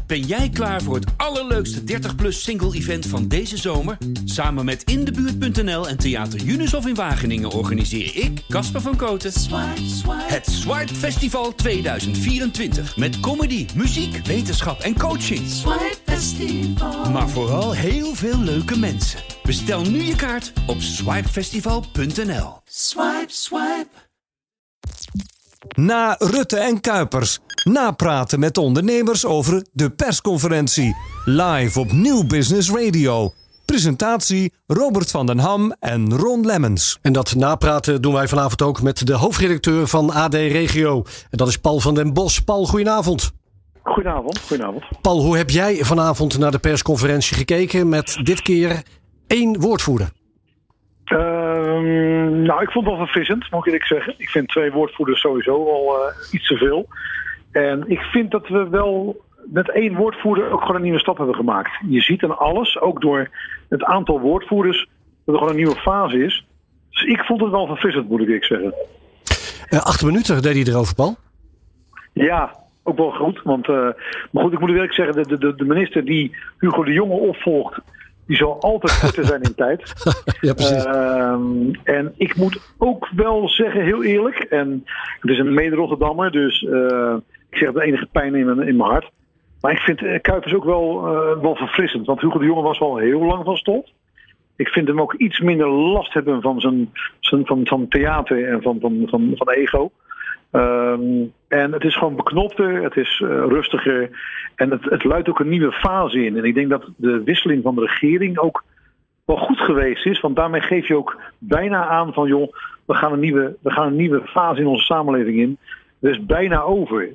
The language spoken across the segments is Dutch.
Ben jij klaar voor het allerleukste 30-plus single-event van deze zomer? Samen met Indebuurt.nl en Theater Junushof in Wageningen organiseer ik, Casper van Kooten, het Swipe Festival 2024. Met comedy, muziek, wetenschap en coaching. Swipe Festival. Maar vooral heel veel leuke mensen. Bestel nu je kaart op swipefestival.nl. Swipe, swipe. Na Rutte en Kuipers. Napraten met ondernemers over de persconferentie. Live op Nieuw Business Radio. Presentatie Robert van den Ham en Ron Lemmens. En dat napraten doen wij vanavond ook met de hoofdredacteur van AD Regio. En dat is Paul van den Bos. Paul, goedenavond. Goedenavond. Paul, hoe heb jij vanavond naar de persconferentie gekeken met dit keer 1 woordvoerder? Ik vond het wel verfrissend, moet ik eerlijk zeggen. Ik vind 2 woordvoerders sowieso al iets te veel. En ik vind dat we wel met 1 woordvoerder ook gewoon een nieuwe stap hebben gemaakt. Je ziet aan alles, ook door het aantal woordvoerders, dat er gewoon een nieuwe fase is. Dus ik vond het wel verfrissend, moet ik eerlijk zeggen. 8 minuten deed hij erover, Paul. Ja, ook wel goed. Maar goed, ik moet eerlijk zeggen, de minister die Hugo de Jonge opvolgt, die zal altijd korter zijn in tijd. Ja, precies. En ik moet ook wel zeggen, heel eerlijk, en het is een mede-Rotterdammer, dus ik zeg het enige pijn in mijn hart. Maar ik vind Kuipers ook wel verfrissend, want Hugo de Jonge was wel heel lang van stof. Ik vind hem ook iets minder last hebben van theater en van ego. En het is gewoon beknopter, het is rustiger en het luidt ook een nieuwe fase in. En ik denk dat de wisseling van de regering ook wel goed geweest is, want daarmee geef je ook bijna aan van joh, we gaan een nieuwe fase in onze samenleving in. Het is bijna over.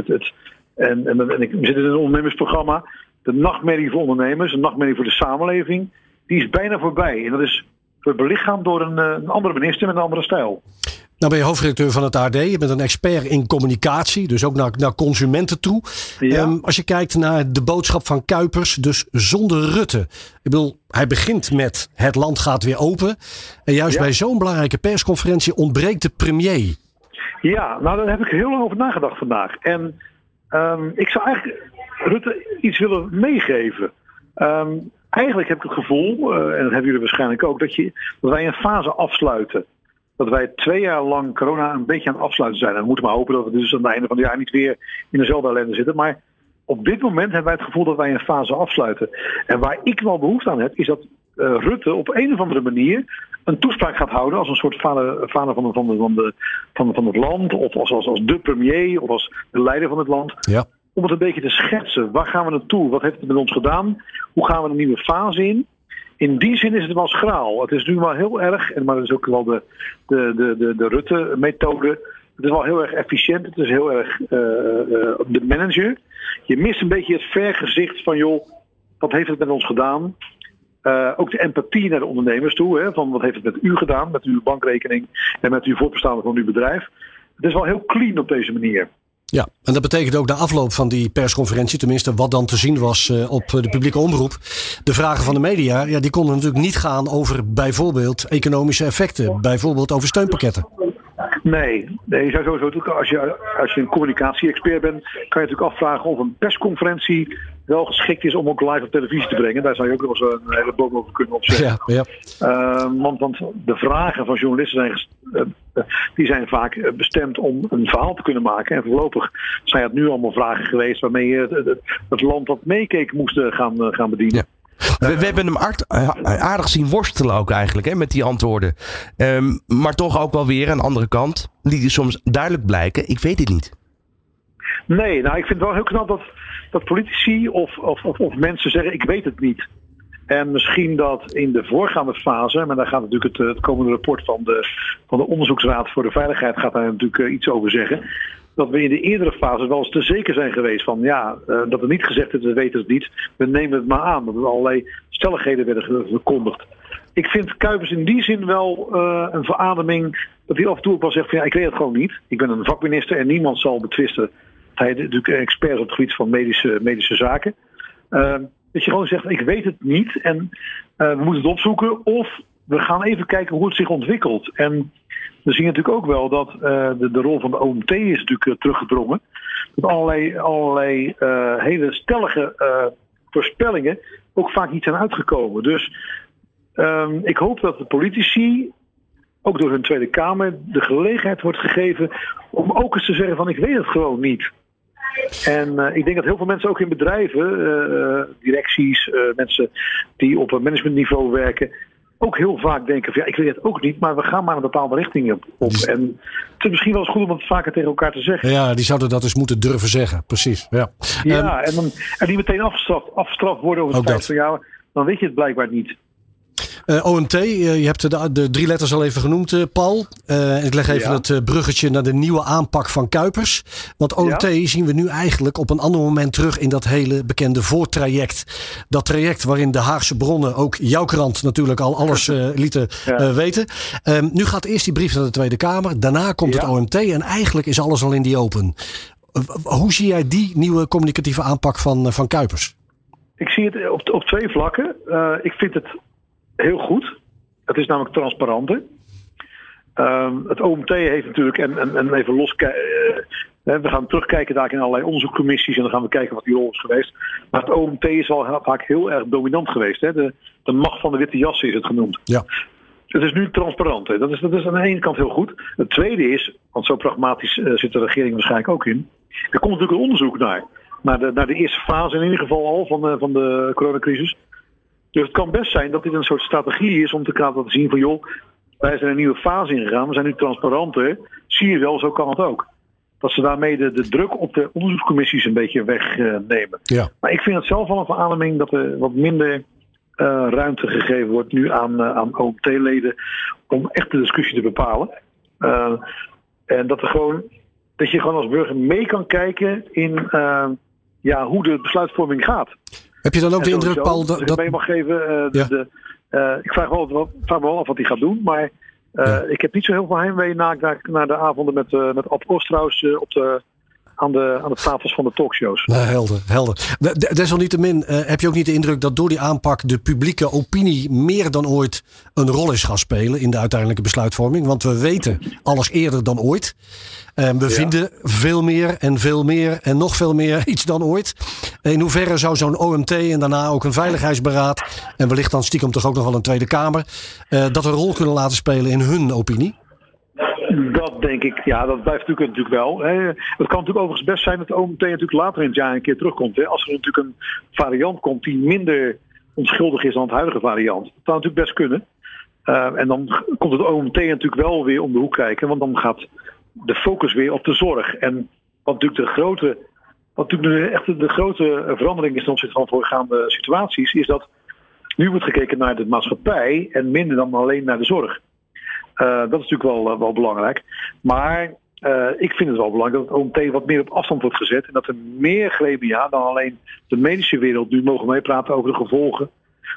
En ik zit in een ondernemersprogramma, de nachtmerrie voor ondernemers, de nachtmerrie voor de samenleving, die is bijna voorbij. En dat is belichaamd door een andere minister met een andere stijl. Nou ben je hoofdredacteur van het AD. Je bent een expert in communicatie. Dus ook naar consumenten toe. Ja. Als je kijkt naar de boodschap van Kuipers. Dus zonder Rutte. Ik bedoel, hij begint met het land gaat weer open. En juist bij zo'n belangrijke persconferentie ontbreekt de premier. Ja, nou daar heb ik heel lang over nagedacht vandaag. En ik zou eigenlijk Rutte iets willen meegeven. Eigenlijk heb ik het gevoel, en dat hebben jullie waarschijnlijk ook, dat wij een fase afsluiten. Dat wij 2 jaar lang corona een beetje aan het afsluiten zijn. En we moeten maar hopen dat we dus aan het einde van het jaar niet weer in dezelfde ellende zitten. Maar op dit moment hebben wij het gevoel dat wij een fase afsluiten. En waar ik wel behoefte aan heb, is dat Rutte op een of andere manier een toespraak gaat houden als een soort vader van het land. Of als de premier, of als de leider van het land. Ja. Om het een beetje te schetsen. Waar gaan we naartoe? Wat heeft het met ons gedaan? Hoe gaan we een nieuwe fase in? In die zin is het wel schraal. Het is nu wel heel erg, maar dat is ook wel de Rutte-methode. Het is wel heel erg efficiënt. Het is heel erg de manager. Je mist een beetje het vergezicht van joh, wat heeft het met ons gedaan? Ook de empathie naar de ondernemers toe. Hè, van wat heeft het met u gedaan, met uw bankrekening en met uw voortbestaan van uw bedrijf. Het is wel heel clean op deze manier. Ja, en dat betekent ook na afloop van die persconferentie, tenminste wat dan te zien was op de publieke omroep, de vragen van de media, ja, die konden natuurlijk niet gaan over bijvoorbeeld economische effecten, bijvoorbeeld over steunpakketten. Nee, je zou sowieso, als je een communicatie-expert bent, kan je natuurlijk afvragen of een persconferentie wel geschikt is om ook live op televisie te brengen. Daar zou je ook nog eens een hele boom over kunnen opzetten. Ja. Want de vragen van journalisten zijn vaak bestemd om een verhaal te kunnen maken. En voorlopig zijn het nu allemaal vragen geweest waarmee je het land dat meekeek moest gaan bedienen. Ja. We hebben hem aardig zien worstelen ook eigenlijk hè, met die antwoorden. Maar toch ook wel weer een andere kant. Die soms duidelijk blijken. Ik weet het niet. Nee, nou ik vind het wel heel knap dat politici of mensen zeggen ik weet het niet. En misschien dat in de voorgaande fase, maar daar gaat natuurlijk het komende rapport van de Onderzoeksraad voor de Veiligheid gaat daar natuurlijk iets over zeggen. Dat we in de eerdere fase wel eens te zeker zijn geweest van dat er niet gezegd is, we weten het niet, we nemen het maar aan. Dat er allerlei stelligheden werden verkondigd. Ik vind Kuipers in die zin wel een verademing dat hij af en toe ook wel zegt van ik weet het gewoon niet. Ik ben een vakminister en niemand zal betwisten dat hij natuurlijk expert is op het gebied van medische zaken. Dat je gewoon zegt ik weet het niet en we moeten het opzoeken of we gaan even kijken hoe het zich ontwikkelt. En we zien natuurlijk ook wel dat de rol van de OMT is natuurlijk teruggedrongen. Dat allerlei hele stellige voorspellingen ook vaak niet zijn uitgekomen. Dus ik hoop dat de politici, ook door hun Tweede Kamer, de gelegenheid wordt gegeven om ook eens te zeggen van ik weet het gewoon niet. En ik denk dat heel veel mensen ook in bedrijven, directies, mensen die op een managementniveau werken, ook heel vaak denken van ja, ik weet het ook niet, maar we gaan maar een bepaalde richting op. En het is misschien wel eens goed om het vaker tegen elkaar te zeggen. Ja, die zouden dat eens moeten durven zeggen, precies. Ja, en niet meteen afgestraft worden over het feit van ja, dan weet je het blijkbaar niet. OMT, je hebt de 3 letters al even genoemd, Paul. Ik leg even het bruggetje naar de nieuwe aanpak van Kuipers. Want OMT zien we nu eigenlijk op een ander moment terug in dat hele bekende voortraject. Dat traject waarin de Haagse bronnen, ook jouw krant natuurlijk al alles lieten weten. Nu gaat eerst die brief naar de Tweede Kamer. Daarna komt het OMT en eigenlijk is alles al in die open. Hoe zie jij die nieuwe communicatieve aanpak van Kuipers? Ik zie het op 2 vlakken. Ik vind het heel goed. Het is namelijk transparanter. Het OMT heeft natuurlijk, en even los, we gaan terugkijken daar in allerlei onderzoekcommissies en dan gaan we kijken wat die rol is geweest. Maar het OMT is wel vaak heel erg dominant geweest. Hè? De macht van de witte jas is het genoemd. Ja. Het is nu transparant. Hè? Dat is aan de ene kant heel goed. Het tweede is, want zo pragmatisch zit de regering waarschijnlijk ook in. Er komt natuurlijk een onderzoek naar de eerste fase in ieder geval al van de coronacrisis. Dus het kan best zijn dat dit een soort strategie is om te laten zien van joh, wij zijn een nieuwe fase ingegaan, we zijn nu transparanter. Zie je wel, zo kan het ook. Dat ze daarmee de druk op de onderzoekscommissies een beetje wegnemen. Ja. Maar ik vind het zelf wel een verademing dat er wat minder ruimte gegeven wordt nu aan OMT-leden om echt de discussie te bepalen. En dat je gewoon als burger mee kan kijken in hoe de besluitvorming gaat. Heb je dan ook de indruk, Paul, dat ik mee mag geven? Ik vraag wel af wat hij gaat doen, maar ik heb niet zo heel veel heimwee naar de avonden met Ab Oosthuis aan de tafels van de talkshows. Nou, helder. Desalniettemin heb je ook niet de indruk dat door die aanpak de publieke opinie meer dan ooit een rol is gaan spelen in de uiteindelijke besluitvorming? Want we weten alles eerder dan ooit. We vinden veel meer en nog veel meer iets dan ooit. In hoeverre zou zo'n OMT en daarna ook een veiligheidsberaad en wellicht dan stiekem toch ook nog wel een Tweede Kamer dat een rol kunnen laten spelen in hun opinie? Dat denk ik, dat blijft natuurlijk wel. Hè. Het kan natuurlijk overigens best zijn dat de OMT natuurlijk later in het jaar een keer terugkomt. Hè. Als er natuurlijk een variant komt die minder onschuldig is dan het huidige variant. Dat zou natuurlijk best kunnen. En dan komt het OMT natuurlijk wel weer om de hoek kijken. Want dan gaat de focus weer op de zorg. En wat natuurlijk de grote verandering is ten opzichte van voorgaande situaties, is dat nu wordt gekeken naar de maatschappij en minder dan alleen naar de zorg. Dat is natuurlijk wel belangrijk. Maar ik vind het wel belangrijk dat het OMT wat meer op afstand wordt gezet. En dat er meer gremia dan alleen de medische wereld nu mogen meepraten over de gevolgen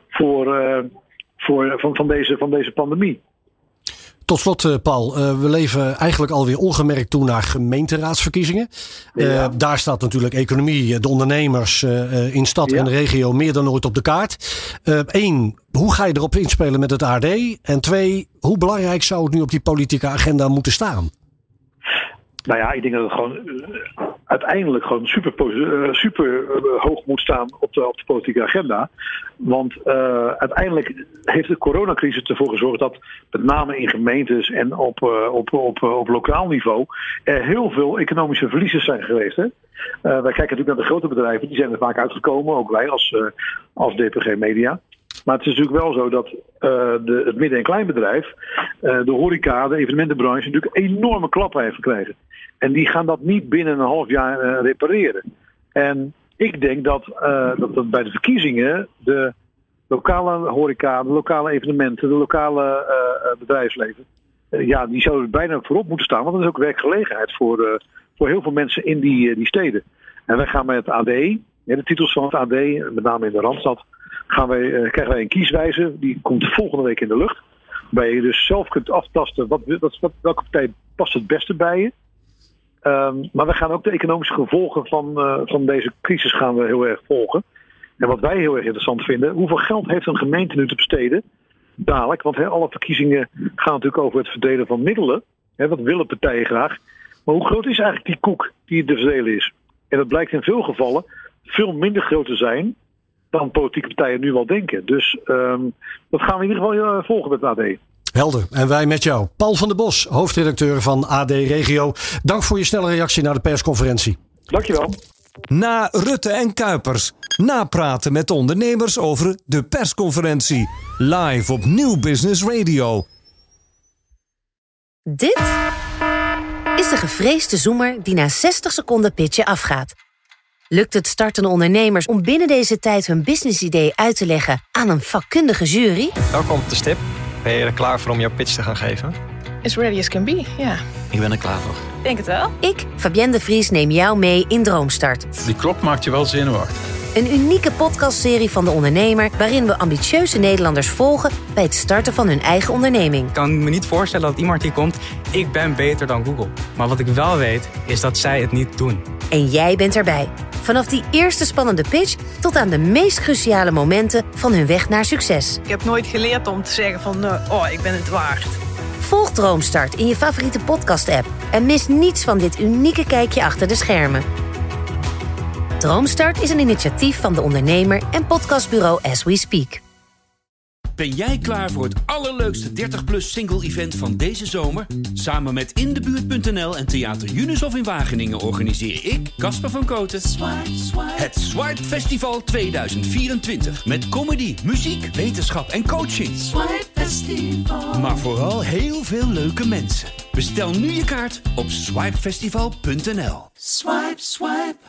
van deze pandemie. Tot slot, Paul, we leven eigenlijk alweer ongemerkt toe naar gemeenteraadsverkiezingen. Daar staat natuurlijk economie, de ondernemers in stad en regio meer dan ooit op de kaart. 1, hoe ga je erop inspelen met het ARD? En 2, hoe belangrijk zou het nu op die politieke agenda moeten staan? Nou ja, ik denk dat het gewoon uiteindelijk gewoon super hoog moet staan op de politieke agenda. Want uiteindelijk heeft de coronacrisis ervoor gezorgd dat met name in gemeentes en op lokaal niveau er heel veel economische verliezers zijn geweest. Hè? Wij kijken natuurlijk naar de grote bedrijven, die zijn er vaak uitgekomen, ook wij als DPG Media. Maar het is natuurlijk wel zo dat het midden- en kleinbedrijf, de horeca, de evenementenbranche natuurlijk enorme klappen heeft gekregen. En die gaan dat niet binnen een half jaar repareren. En ik denk dat bij de verkiezingen de lokale horeca, de lokale evenementen, de lokale bedrijfsleven, die zouden bijna voorop moeten staan. Want dat is ook werkgelegenheid voor heel veel mensen in die steden. En wij gaan met het AD, de titels van het AD, met name in de Randstad, krijgen wij een kieswijze. Die komt volgende week in de lucht. Waar je dus zelf kunt aftasten welke partij past het beste bij je. Maar we gaan ook de economische gevolgen van deze crisis gaan we heel erg volgen. En wat wij heel erg interessant vinden, hoeveel geld heeft een gemeente nu te besteden dadelijk. Want alle verkiezingen gaan natuurlijk over het verdelen van middelen. Wat willen partijen graag? Maar hoe groot is eigenlijk die koek die te verdelen is? En dat blijkt in veel gevallen veel minder groot te zijn dan politieke partijen nu wel denken. Dus dat gaan we in ieder geval volgen met AD. Helder. En wij met jou. Paul van der Bos, hoofdredacteur van AD Regio. Dank voor je snelle reactie naar de persconferentie. Dankjewel. Na Rutte en Kuipers. Napraten met ondernemers over de persconferentie. Live op Nieuw Business Radio. Dit is de gevreesde zoemer die na 60 seconden pitchen afgaat. Lukt het startende ondernemers om binnen deze tijd hun businessidee uit te leggen aan een vakkundige jury? Welkom op de stip. Ben je er klaar voor om jouw pitch te gaan geven? As ready as can be, ja. Ik ben er klaar voor. Denk het wel. Ik, Fabienne de Vries, neem jou mee in Droomstart. Die klok maakt je wel zenuwachtig. Een unieke podcastserie van De Ondernemer, waarin we ambitieuze Nederlanders volgen bij het starten van hun eigen onderneming. Ik kan me niet voorstellen dat iemand hier komt, ik ben beter dan Google. Maar wat ik wel weet, is dat zij het niet doen. En jij bent erbij. Vanaf die eerste spannende pitch tot aan de meest cruciale momenten van hun weg naar succes. Ik heb nooit geleerd om te zeggen van, ik ben het waard. Volg Droomstart in je favoriete podcast-app en mis niets van dit unieke kijkje achter de schermen. Droomstart is een initiatief van De Ondernemer en podcastbureau As We Speak. Ben jij klaar voor het allerleukste 30-plus single-event van deze zomer? Samen met Indebuurt.nl en Theater Unisof in Wageningen organiseer ik, Casper van Koten, het Swipe Festival 2024. Met comedy, muziek, wetenschap en coaching. Swipe Festival. Maar vooral heel veel leuke mensen. Bestel nu je kaart op swipefestival.nl. Swipe, swipe.